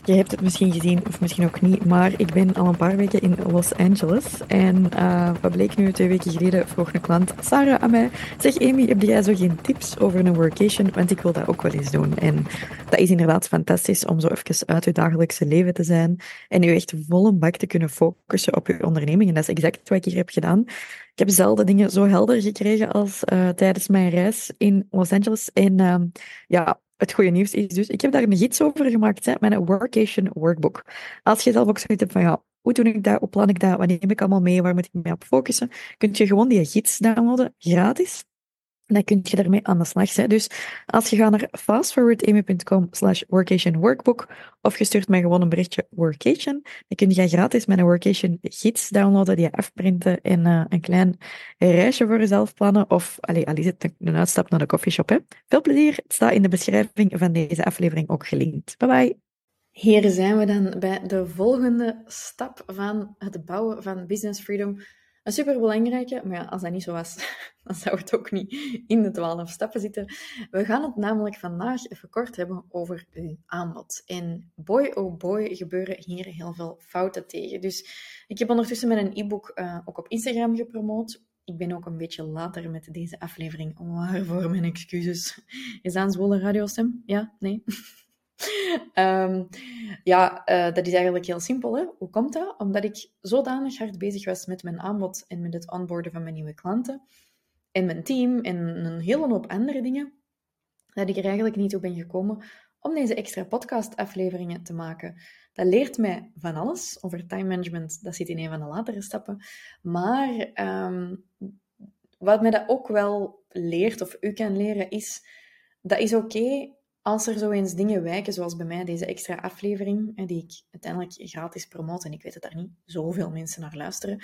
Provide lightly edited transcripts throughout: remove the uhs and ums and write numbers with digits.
Je hebt het misschien gezien of misschien ook niet, maar ik ben al een paar weken in Los Angeles. En wat bleek nu, 2 weken geleden vroeg een klant, Sarah, aan mij, zeg Amy, heb jij zo geen tips over een workation? Want ik wil dat ook wel eens doen. En dat is inderdaad fantastisch om zo even uit je dagelijkse leven te zijn en je echt vol een bak te kunnen focussen op je onderneming. En dat is exact wat ik hier heb gedaan. Ik heb zelden dingen zo helder gekregen als tijdens mijn reis in Los Angeles. En ja, het goede nieuws is dus, ik heb daar een gids over gemaakt, hè, mijn workation workbook. Als je zelf ook zoiets hebt van, ja, hoe doe ik dat, hoe plan ik dat, wat neem ik allemaal mee, waar moet ik mee op focussen, kun je gewoon die gids downloaden, gratis. En dan kun je daarmee aan de slag. Hè. Dus als je gaat naar fastforwardamy.com/workation-workbook of je stuurt mij gewoon een berichtje workation, dan kun je gratis mijn workation gids downloaden, die afprinten en een klein reisje voor jezelf plannen. Of, al is het een uitstap naar de coffeeshop. Hè. Veel plezier. Het staat in de beschrijving van deze aflevering ook gelinkt. Bye bye. Hier zijn we dan bij de volgende stap van het bouwen van business freedom. Een superbelangrijke, maar ja, als dat niet zo was, dan zou het ook niet in de 12 stappen zitten. We gaan het namelijk vandaag even kort hebben over uw aanbod. En boy oh boy gebeuren hier heel veel fouten tegen. Dus ik heb ondertussen mijn e-book ook op Instagram gepromoot. Ik ben ook een beetje later met deze aflevering. Waarvoor mijn excuses. Is dat een zwolle radiostem? Ja? Nee? Dat is eigenlijk heel simpel. Hè? Hoe komt dat? Omdat ik zodanig hard bezig was met mijn aanbod en met het onboarden van mijn nieuwe klanten en mijn team en een hele hoop andere dingen, dat ik er eigenlijk niet toe ben gekomen om deze extra podcast-afleveringen te maken. Dat leert mij van alles over time management. Dat zit in een van de latere stappen. Maar wat mij dat ook wel leert, of u kan leren, is dat is oké als er zo eens dingen wijken, zoals bij mij deze extra aflevering, die ik uiteindelijk gratis promote, en ik weet dat daar niet zoveel mensen naar luisteren.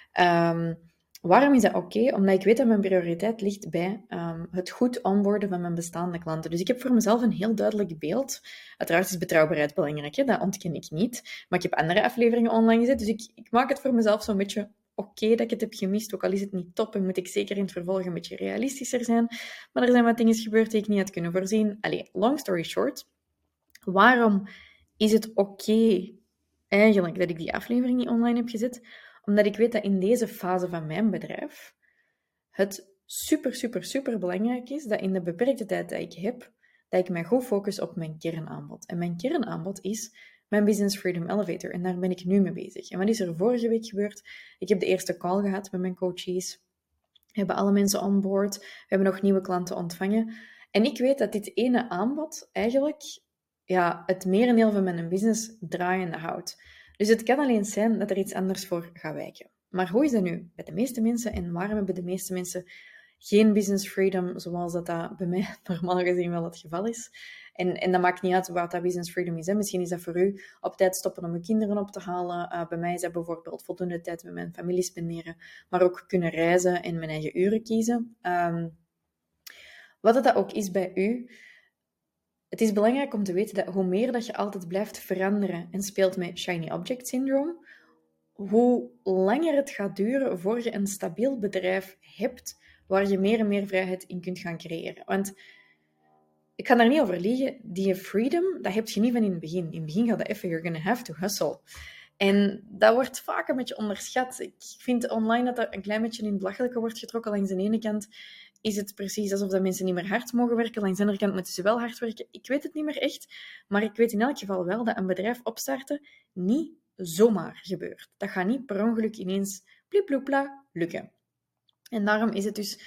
Waarom is dat oké? Omdat ik weet dat mijn prioriteit ligt bij het goed onboarden van mijn bestaande klanten. Dus ik heb voor mezelf een heel duidelijk beeld. Uiteraard is betrouwbaarheid belangrijk, hè? Dat ontken ik niet. Maar ik heb andere afleveringen online gezet, dus ik maak het voor mezelf zo'n beetje oké dat ik het heb gemist, ook al is het niet top en moet ik zeker in het vervolg een beetje realistischer zijn. Maar er zijn wat dingen gebeurd die ik niet had kunnen voorzien. Allee, long story short. Waarom is het oké eigenlijk dat ik die aflevering niet online heb gezet? Omdat ik weet dat in deze fase van mijn bedrijf het super, super, super belangrijk is dat in de beperkte tijd dat ik heb, dat ik mij goed focus op mijn kernaanbod. En mijn kernaanbod is mijn Business Freedom Elevator. En daar ben ik nu mee bezig. En wat is er vorige week gebeurd? Ik heb de eerste call gehad met mijn coaches. We hebben alle mensen on board. We hebben nog nieuwe klanten ontvangen. En ik weet dat dit ene aanbod eigenlijk het merendeel van mijn business draaiende houdt. Dus het kan alleen zijn dat er iets anders voor gaat wijken. Maar hoe is dat nu bij de meeste mensen en waarom hebben de meeste mensen geen business freedom zoals dat bij mij normaal gezien wel het geval is? En dat maakt niet uit wat dat business freedom is. Hè. Misschien is dat voor u op tijd stoppen om uw kinderen op te halen. Bij mij is dat bijvoorbeeld voldoende tijd met mijn familie spenderen, maar ook kunnen reizen en mijn eigen uren kiezen. Wat dat ook is bij u, het is belangrijk om te weten dat hoe meer dat je altijd blijft veranderen en speelt met shiny object syndrome, hoe langer het gaat duren voor je een stabiel bedrijf hebt waar je meer en meer vrijheid in kunt gaan creëren. Want ik ga daar niet over liegen, die freedom, dat heb je niet van in het begin. In het begin gaat dat even, you're gonna have to hustle. En dat wordt vaak een beetje onderschat. Ik vind online dat er een klein beetje in het belachelijke wordt getrokken. Langs de ene kant is het precies alsof dat mensen niet meer hard mogen werken. Langs de andere kant moeten ze wel hard werken. Ik weet het niet meer echt. Maar ik weet in elk geval wel dat een bedrijf opstarten niet zomaar gebeurt. Dat gaat niet per ongeluk ineens blieploepla lukken. En daarom is het dus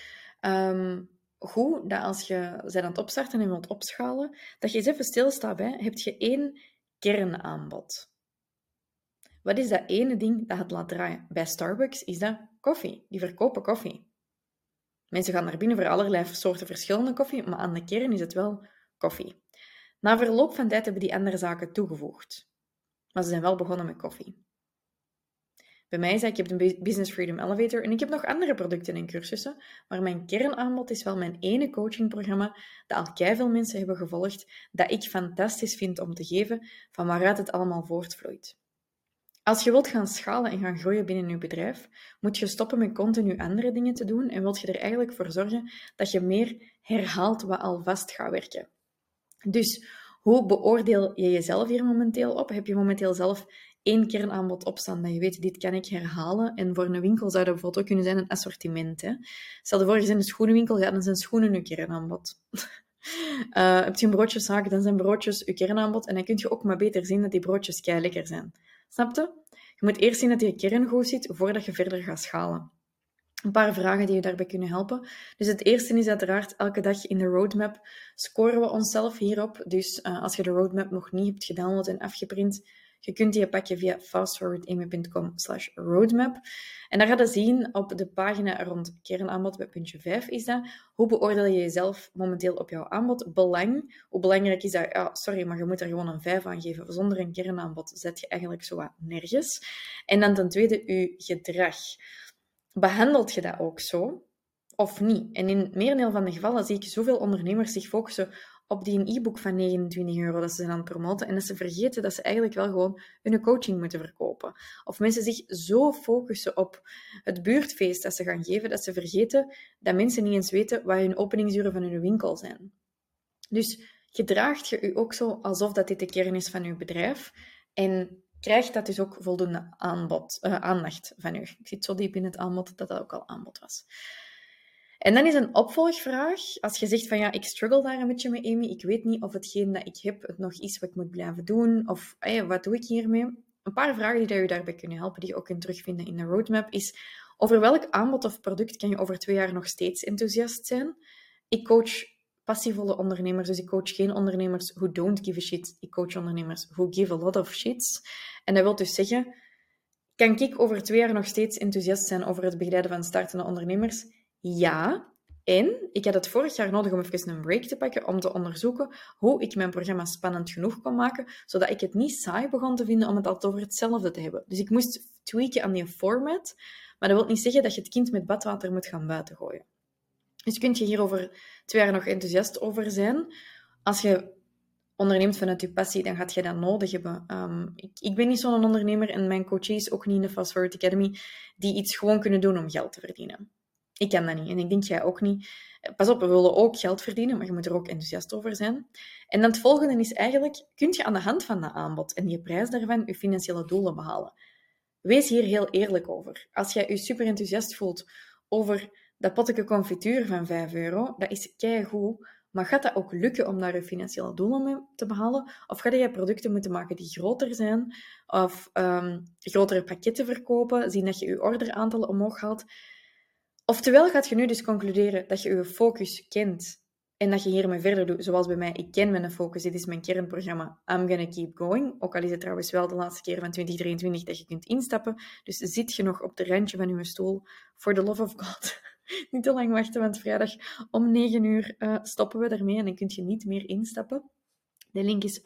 goed dat als je bent aan het opstarten en wilt opschalen, dat je eens even stilstaat bij, heb je 1 kernaanbod. Wat is dat ene ding dat het laat draaien? Bij Starbucks is dat koffie. Die verkopen koffie. Mensen gaan naar binnen voor allerlei soorten verschillende koffie, maar aan de kern is het wel koffie. Na verloop van tijd hebben die andere zaken toegevoegd. Maar ze zijn wel begonnen met koffie. Bij mij is dat, ik heb de Business Freedom Elevator en ik heb nog andere producten en cursussen, maar mijn kernaanbod is wel mijn ene coachingprogramma dat al keiveel mensen hebben gevolgd, dat ik fantastisch vind om te geven, van waaruit het allemaal voortvloeit. Als je wilt gaan schalen en gaan groeien binnen je bedrijf, moet je stoppen met continu andere dingen te doen en wilt je er eigenlijk voor zorgen dat je meer herhaalt wat al vast gaat werken. Dus Hoe beoordeel je jezelf hier momenteel op? Heb je momenteel zelf 1 kernaanbod opstaan dat je weet, dit kan ik herhalen? En voor een winkel zou dat bijvoorbeeld ook kunnen zijn een assortiment. Hè? Stel je voor, je bent in een schoenenwinkel, ja, dan zijn schoenen een kernaanbod. Heb je een broodjeszaak, dan zijn broodjes je kernaanbod. En dan kun je ook maar beter zien dat die broodjes kei lekker zijn. Snap je? Je moet eerst zien dat die kern goed zit, voordat je verder gaat schalen. Een paar vragen die je daarbij kunnen helpen. Dus het eerste is uiteraard, elke dag in de roadmap scoren we onszelf hierop. Dus als je de roadmap nog niet hebt gedownload en afgeprint, je kunt die pakken via fastforwardamy.com/roadmap. En daar ga je zien op de pagina rond kernaanbod, bij puntje 5 is dat. Hoe beoordeel je jezelf momenteel op jouw aanbod? Belang. Hoe belangrijk is dat? Ja, sorry, maar je moet er gewoon een 5 aan geven. Zonder een kernaanbod zet je eigenlijk zo wat nergens. En dan ten tweede, je gedrag. Behandelt je dat ook zo, of niet? En in het merendeel van de gevallen zie ik zoveel ondernemers zich focussen op die e-book van €29 dat ze zijn aan het promoten en dat ze vergeten dat ze eigenlijk wel gewoon hun coaching moeten verkopen. Of mensen zich zo focussen op het buurtfeest dat ze gaan geven, dat ze vergeten dat mensen niet eens weten wat hun openingsuren van hun winkel zijn. Dus gedraagt je u ook zo alsof dat dit de kern is van uw bedrijf en krijgt dat dus ook voldoende aandacht van u. Ik zit zo diep in het aanbod dat ook al aanbod was. En dan is een opvolgvraag. Als je zegt van ja, ik struggle daar een beetje mee, Amy. Ik weet niet of hetgeen dat ik heb het nog is wat ik moet blijven doen. Of wat doe ik hiermee? Een paar vragen die u daarbij kunnen helpen, die je ook kunt terugvinden in de roadmap, is over welk aanbod of product kan je over 2 jaar nog steeds enthousiast zijn? Ik coach passievolle ondernemers, dus ik coach geen ondernemers who don't give a shit. Ik coach ondernemers who give a lot of shits. En dat wil dus zeggen, kan ik over 2 jaar nog steeds enthousiast zijn over het begeleiden van startende ondernemers? Ja. En ik had het vorig jaar nodig om even een break te pakken om te onderzoeken hoe ik mijn programma spannend genoeg kon maken, zodat ik het niet saai begon te vinden om het altijd over hetzelfde te hebben. Dus ik moest tweaken aan die format, maar dat wil niet zeggen dat je het kind met badwater moet gaan buiten gooien. Dus kun je hier over 2 jaar nog enthousiast over zijn. Als je onderneemt vanuit je passie, dan gaat je dat nodig hebben. Ik ben niet zo'n ondernemer en mijn coaches, ook niet in de Fast Forward Academy, die iets gewoon kunnen doen om geld te verdienen. Ik kan dat niet en ik denk jij ook niet. Pas op, we willen ook geld verdienen, maar je moet er ook enthousiast over zijn. En dan het volgende is eigenlijk, kun je aan de hand van dat aanbod en die prijs daarvan je financiële doelen behalen? Wees hier heel eerlijk over. Als jij je super enthousiast voelt over dat potje confituur van €5, dat is keigoed, maar gaat dat ook lukken om daar je financiële doelen mee te behalen? Of ga je producten moeten maken die groter zijn? Of grotere pakketten verkopen? Zien dat je je orderaantallen omhoog haalt? Oftewel gaat je nu dus concluderen dat je je focus kent en dat je hiermee verder doet, zoals bij mij. Ik ken mijn focus, dit is mijn kernprogramma. I'm gonna keep going. Ook al is het trouwens wel de laatste keer van 2023 dat je kunt instappen. Dus zit je nog op de randje van je stoel, for the love of God. Niet te lang wachten, want vrijdag om 9 uur stoppen we ermee en dan kun je niet meer instappen. De link is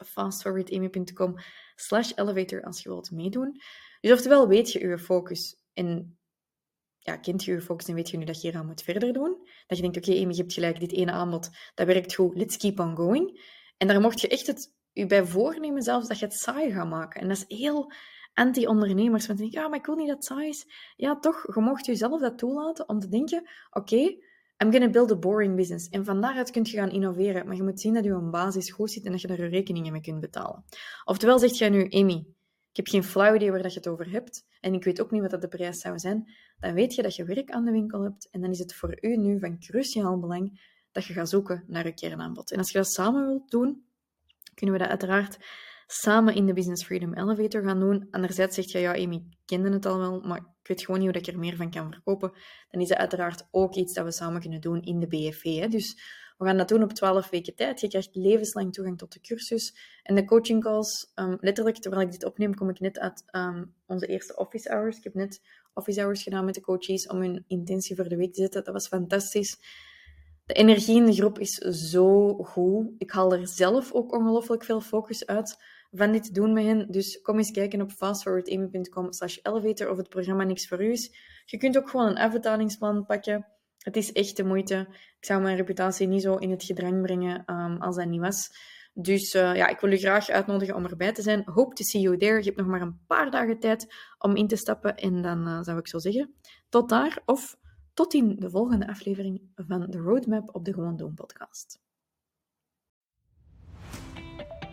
fastforwardamy.com/elevator als je wilt meedoen. Dus oftewel weet je je focus en kent je je focus en weet je nu dat je eraan moet verder doen. Dat je denkt, oké, Amy, je hebt gelijk, dit ene aanbod, dat werkt goed, let's keep on going. En daar mocht je echt je bij voornemen zelfs dat je het saai gaat maken. En dat is heel anti-ondernemers, want je denkt, maar ik wil niet dat het saai is. Ja, toch, je mocht jezelf dat toelaten om te denken, oké, I'm gonna build a boring business. En van daaruit kun je gaan innoveren, maar je moet zien dat je basis goed zit en dat je daar je rekeningen mee kunt betalen. Oftewel zegt jij nu, Amy, ik heb geen flauw idee waar je het over hebt en ik weet ook niet wat dat de prijs zou zijn, dan weet je dat je werk aan de winkel hebt en dan is het voor u nu van cruciaal belang dat je gaat zoeken naar je kernaanbod. En als je dat samen wilt doen, kunnen we dat uiteraard samen in de Business Freedom Elevator gaan doen. Anderzijds zeg je, ja Amy, ik kende het al wel, maar ik weet gewoon niet hoe ik er meer van kan verkopen. Dan is dat uiteraard ook iets dat we samen kunnen doen in de BFV. Hè? Dus we gaan dat doen op 12 weken tijd. Je krijgt levenslang toegang tot de cursus. En de coaching calls, letterlijk, terwijl ik dit opneem, kom ik net uit onze eerste office hours. Ik heb net office hours gedaan met de coaches om hun intentie voor de week te zetten. Dat was fantastisch. De energie in de groep is zo goed. Ik haal er zelf ook ongelooflijk veel focus uit van dit doen met hen. Dus kom eens kijken op fastforwardamy.com/elevator of het programma niks voor u is. Je kunt ook gewoon een afbetalingsplan pakken. Het is echt de moeite. Ik zou mijn reputatie niet zo in het gedrang brengen als dat niet was. Dus ik wil u graag uitnodigen om erbij te zijn. Hope to see you there. Je hebt nog maar een paar dagen tijd om in te stappen. En dan zou ik zo zeggen, tot daar of tot in de volgende aflevering van de Roadmap op de Gewoon Doen podcast.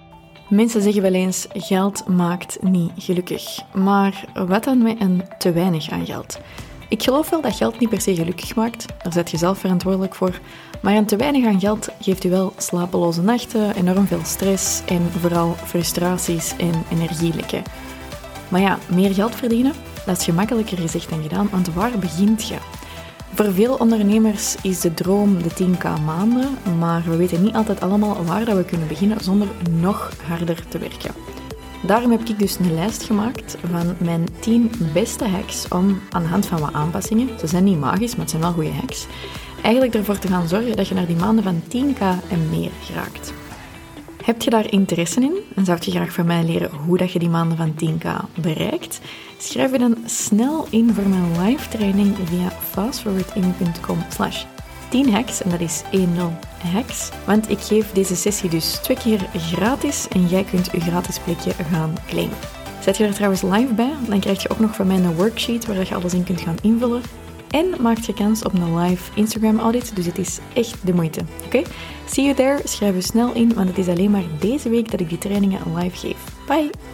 Mensen zeggen wel eens, geld maakt niet gelukkig. Maar wat dan met een te weinig aan geld? Ik geloof wel dat geld niet per se gelukkig maakt, daar zet je zelf verantwoordelijk voor. Maar een te weinig aan geld geeft u wel slapeloze nachten, enorm veel stress en vooral frustraties en energielekken. Maar ja, meer geld verdienen, dat is gemakkelijker gezegd dan gedaan, want waar begint je? Voor veel ondernemers is de droom de 10k maanden, maar we weten niet altijd allemaal waar dat we kunnen beginnen zonder nog harder te werken. Daarom heb ik dus een lijst gemaakt van mijn 10 beste hacks om aan de hand van wat aanpassingen, ze zijn niet magisch, maar het zijn wel goede hacks, eigenlijk ervoor te gaan zorgen dat je naar die maanden van 10k en meer geraakt. Heb je daar interesse in en zou je graag van mij leren hoe dat je die maanden van 10k bereikt? Schrijf je dan snel in voor mijn live training via fastforwarding.com/10hacks en dat is 10 hacks. Want ik geef deze sessie dus 2 keer gratis en jij kunt je gratis plekje gaan claimen. Zet je er trouwens live bij, dan krijg je ook nog van mij een worksheet waar je alles in kunt gaan invullen. En maakt je kans op een live Instagram audit, dus het is echt de moeite. Oké? See you there, schrijf je snel in, want het is alleen maar deze week dat ik die trainingen live geef. Bye!